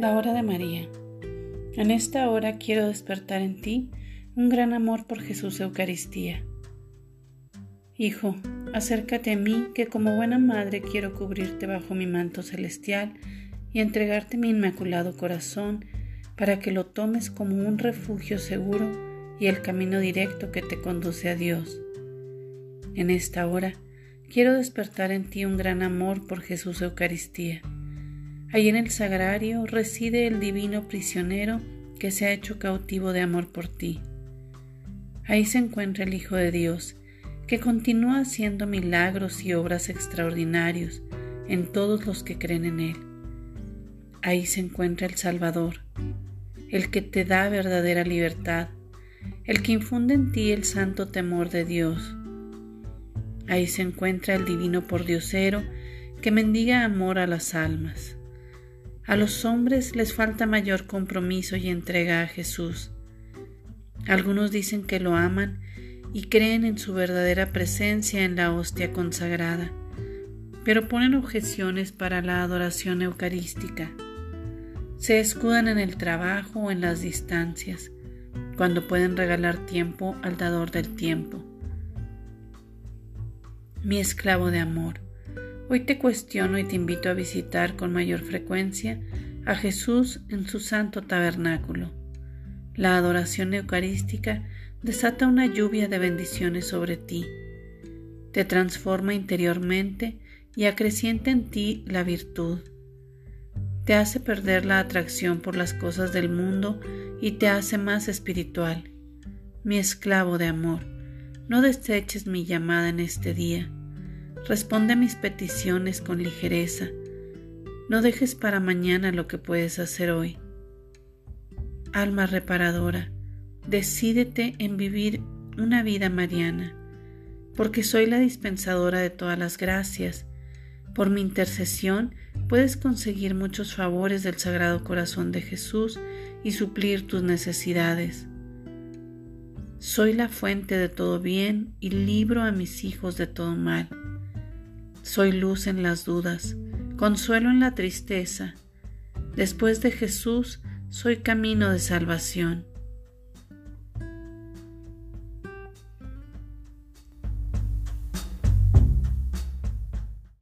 La hora de María. En esta hora quiero despertar en ti un gran amor por Jesús Eucaristía. Hijo, acércate a mí, que como buena madre quiero cubrirte bajo mi manto celestial y entregarte mi inmaculado corazón para que lo tomes como un refugio seguro y el camino directo que te conduce a Dios. En esta hora quiero despertar en ti un gran amor por Jesús Eucaristía. Ahí en el sagrario reside el divino prisionero que se ha hecho cautivo de amor por ti. Ahí se encuentra el Hijo de Dios, que continúa haciendo milagros y obras extraordinarios en todos los que creen en Él. Ahí se encuentra el Salvador, el que te da verdadera libertad, el que infunde en ti el santo temor de Dios. Ahí se encuentra el divino pordiosero que mendiga amor a las almas. A los hombres les falta mayor compromiso y entrega a Jesús. Algunos dicen que lo aman y creen en su verdadera presencia en la hostia consagrada, pero ponen objeciones para la adoración eucarística. Se escudan en el trabajo o en las distancias, cuando pueden regalar tiempo al dador del tiempo. Mi esclavo de amor, hoy te cuestiono y te invito a visitar con mayor frecuencia a Jesús en su santo tabernáculo. La adoración eucarística desata una lluvia de bendiciones sobre ti, te transforma interiormente y acrecienta en ti la virtud. Te hace perder la atracción por las cosas del mundo y te hace más espiritual. Mi esclavo de amor, no deseches mi llamada en este día. Responde a mis peticiones con ligereza. No dejes para mañana lo que puedes hacer hoy. Alma reparadora, decídete en vivir una vida mariana, porque soy la dispensadora de todas las gracias. Por mi intercesión puedes conseguir muchos favores del Sagrado Corazón de Jesús y suplir tus necesidades. Soy la fuente de todo bien y libro a mis hijos de todo mal. Soy luz en las dudas, consuelo en la tristeza. Después de Jesús, soy camino de salvación.